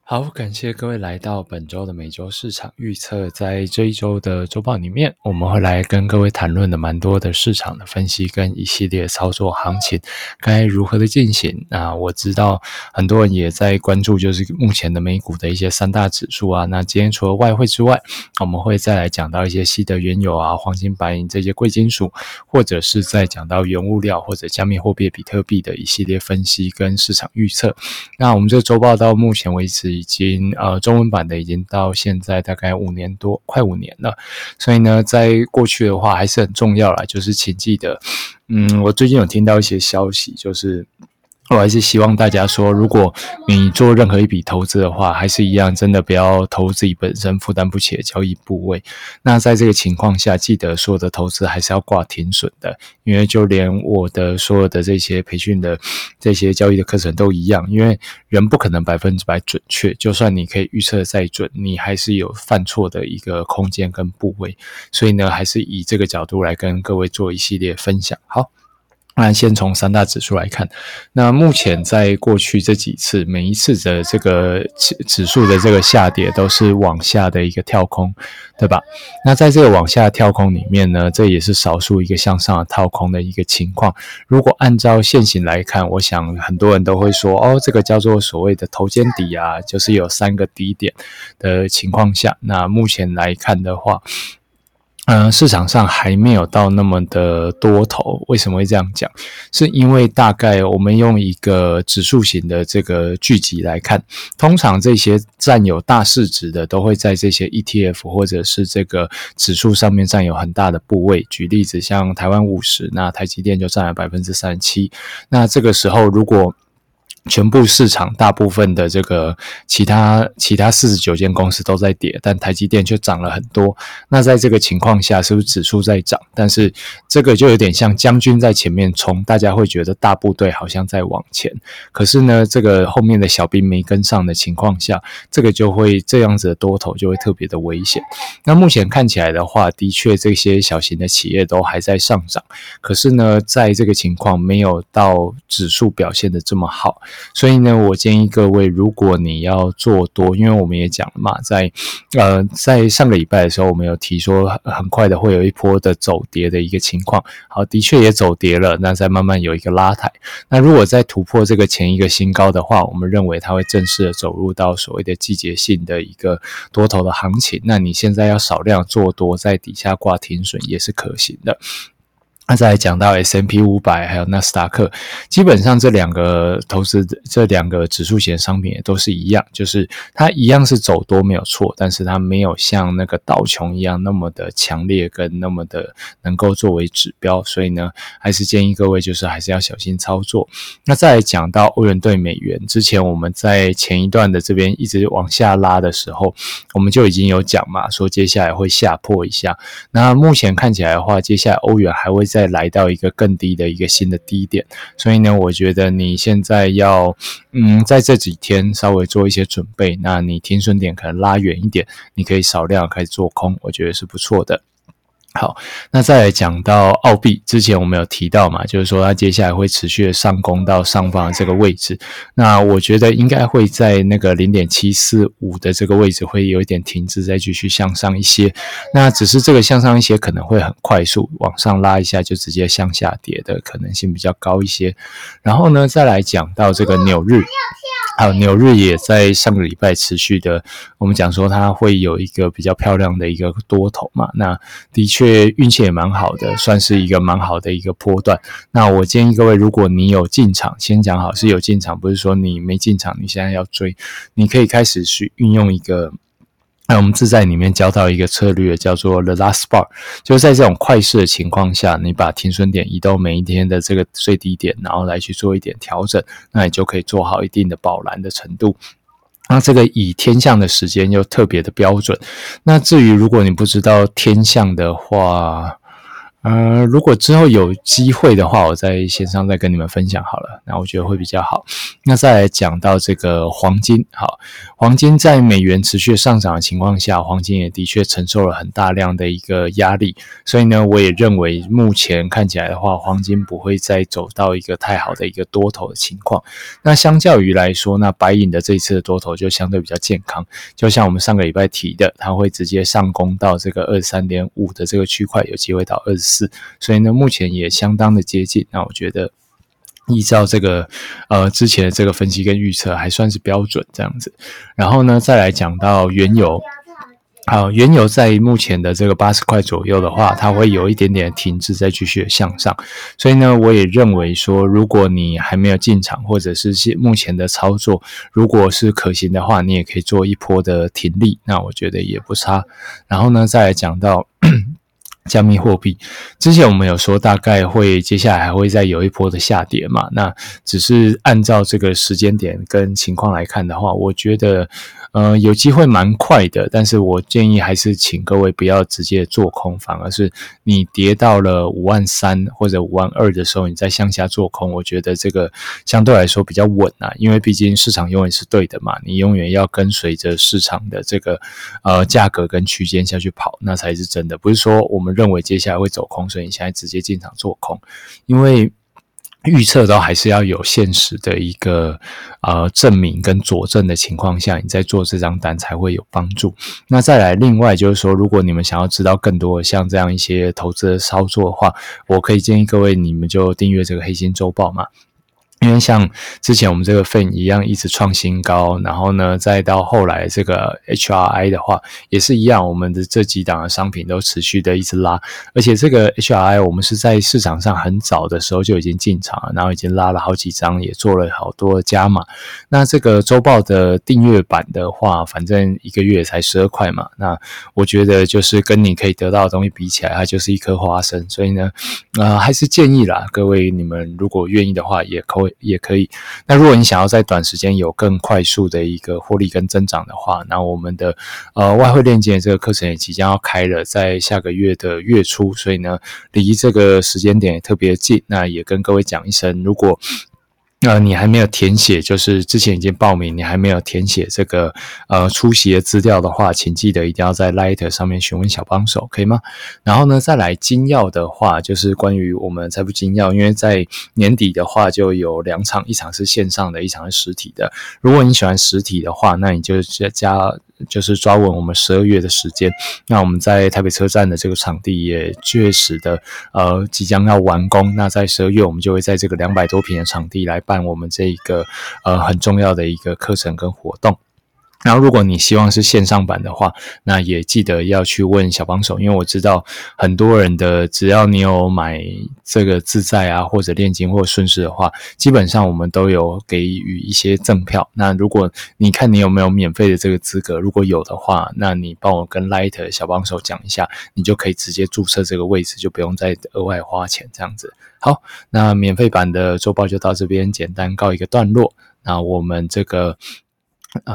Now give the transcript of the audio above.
好，感谢各位来到本周的每周市场预测。在这一周的周报里面，我们会来跟各位谈论的蛮多的市场的分析跟一系列操作行情该如何的进行。那我知道很多人也在关注就是目前的美股的一些三大指数啊。那今天除了外汇之外，我们会再来讲到一些西德原油啊、黄金、白银这些贵金属，或者是再讲到原物料或者加密货币比特币的一系列分析跟市场预测。那我们这个周报到目前为止已经中文版的已经到现在大概5年多，快5年了。所以呢，在过去的话还是很重要啦，就是请记得，我最近有听到一些消息，就是我还是希望大家说，如果你做任何一笔投资的话，还是一样，真的不要投自己本身负担不起的交易部位。那在这个情况下，记得所有的投资还是要挂停损的，因为就连我的所有的这些培训的这些交易的课程都一样，因为人不可能100%准确，就算你可以预测的再准，你还是有犯错的一个空间跟部位。所以呢，还是以这个角度来跟各位做一系列分享。好。那先从三大指数来看，那目前在过去这几次，每一次的这个指数的这个下跌都是往下的一个跳空，对吧？那在这个往下跳空里面呢，这也是少数一个向上的跳空的一个情况。如果按照现行来看，我想很多人都会说，这个叫做所谓的头肩底啊，就是有3个低点的情况下，那目前来看的话，市场上还没有到那么的多头。为什么会这样讲？是因为大概我们用一个指数型的这个聚集来看，通常这些占有大市值的都会在这些 ETF 或者是这个指数上面占有很大的部位。举例子，像台湾50，那台积电就占了 37%。那这个时候如果全部市场大部分的这个其他49间公司都在跌，但台积电却涨了很多。那在这个情况下，是不是指数在涨？但是这个就有点像将军在前面冲，大家会觉得大部队好像在往前。可是呢，这个后面的小兵没跟上的情况下，这个就会这样子的多头就会特别的危险。那目前看起来的话，的确这些小型的企业都还在上涨，可是呢，在这个情况没有到指数表现的这么好。所以呢，我建议各位，如果你要做多，因为我们也讲了嘛，在上个礼拜的时候，我们有提说很快的会有一波的走跌的一个情况。好，的确也走跌了，那再慢慢有一个拉抬。那如果再突破这个前一个新高的话，我们认为它会正式的走入到所谓的季节性的一个多头的行情。那你现在要少量做多，在底下挂停损也是可行的。那再来讲到 S&P 500还有纳斯达克，基本上这两个指数型商品也都是一样，就是它一样是走多没有错，但是它没有像那个道琼一样那么的强烈跟那么的能够作为指标，所以呢，还是建议各位就是还是要小心操作。那再来讲到欧元对美元，之前我们在前一段的这边一直往下拉的时候，我们就已经有讲嘛，说接下来会下破一下。那目前看起来的话，接下来欧元还会再来到一个更低的一个新的低点，所以呢，我觉得你现在要在这几天稍微做一些准备，那你停损点可能拉远一点，你可以少量开始做空，我觉得是不错的。好，那再来讲到澳币，之前我们有提到嘛，就是说它接下来会持续的上攻到上方的这个位置，那我觉得应该会在那个 0.745 的这个位置会有一点停滞，再继续向上一些。那只是这个向上一些可能会很快速往上拉一下就直接向下跌的可能性比较高一些。然后呢，再来讲到这个纽日，还有纽日也在上个礼拜持续的，我们讲说它会有一个比较漂亮的一个多头嘛，那的确运气也蛮好的，算是一个蛮好的一个波段。那我建议各位，如果你有进场，先讲好是有进场，不是说你没进场你现在要追，你可以开始去运用一个我们自在里面教到一个策略叫做 The Last Bar， 就是在这种快市的情况下，你把停损点移到每一天的这个最低点，然后来去做一点调整，那你就可以做好一定的保蓝的程度。那这个以天象的时间又特别的标准。那至于如果你不知道天象的话， 如果之后有机会的话，我在线上再跟你们分享好了，那我觉得会比较好。那再来讲到这个黄金，好，黄金在美元持续上涨的情况下，黄金也的确承受了很大量的一个压力，所以呢，我也认为目前看起来的话，黄金不会再走到一个太好的一个多头的情况。那相较于来说，那白银的这一次的多头就相对比较健康，就像我们上个礼拜提的，它会直接上攻到这个 23.5 的这个区块，有机会到24，所以呢，目前也相当的接近。那我觉得依照这个之前的这个分析跟预测，还算是标准这样子。然后呢，再来讲到原油。好，原油在目前的这个80块左右的话，它会有一点点停滞，再继续向上。所以呢，我也认为说，如果你还没有进场，或者是目前的操作，如果是可行的话，你也可以做一波的停利，那我觉得也不差。然后呢，再来讲到加密货币，之前我们有说大概会接下来还会再有一波的下跌嘛，那只是按照这个时间点跟情况来看的话，我觉得有机会蛮快的，但是我建议还是请各位不要直接做空，反而是你跌到了53000或者52000的时候，你再向下做空，我觉得这个相对来说比较稳啊，因为毕竟市场永远是对的嘛，你永远要跟随着市场的这个价格跟区间下去跑，那才是真的，不是说我们认为接下来会走空，所以你现在直接进场做空，因为预测都还是要有现实的一个证明跟佐证的情况下，你在做这张单才会有帮助。那再来，另外就是说，如果你们想要知道更多像这样一些投资的操作的话，我可以建议各位你们就订阅这个黑心周报嘛。因为像之前我们这个 FAN 一样一直创新高，然后呢，再到后来这个 HRI 的话，也是一样，我们的这几档的商品都持续的一直拉，而且这个 HRI 我们是在市场上很早的时候就已经进场了，然后已经拉了好几张，也做了好多加码。那这个周报的订阅版的话，反正一个月才12块嘛，那我觉得就是跟你可以得到的东西比起来，它就是一颗花生，所以呢，还是建议啦，各位你们如果愿意的话，也可以。那如果你想要在短时间有更快速的一个获利跟增长的话，那我们的外汇链接这个课程也即将要开了，在下个月的月初，所以呢，离这个时间点也特别近。那也跟各位讲一声，如果你还没有填写，就是之前已经报名，你还没有填写这个出席的资料的话，请记得一定要在 Light 上面询问小帮手，可以吗？然后呢，再来金曜的话，就是关于我们财富金曜，因为在年底的话就有2场，一场是线上的，一场是实体的。如果你喜欢实体的话，那你就就是抓稳我们12月的时间。那我们在台北车站的这个场地也确实的即将要完工。那在12月我们就会在这个200多坪的场地来办我们这一个很重要的一个课程跟活动。然后如果你希望是线上版的话，那也记得要去问小帮手，因为我知道很多人的只要你有买这个自在啊或者炼金或顺势的话，基本上我们都有给予一些赠票。那如果你看你有没有免费的这个资格，如果有的话，那你帮我跟 Light 小帮手讲一下，你就可以直接注册这个位置，就不用再额外花钱这样子。好，那免费版的周报就到这边简单告一个段落。那我们这个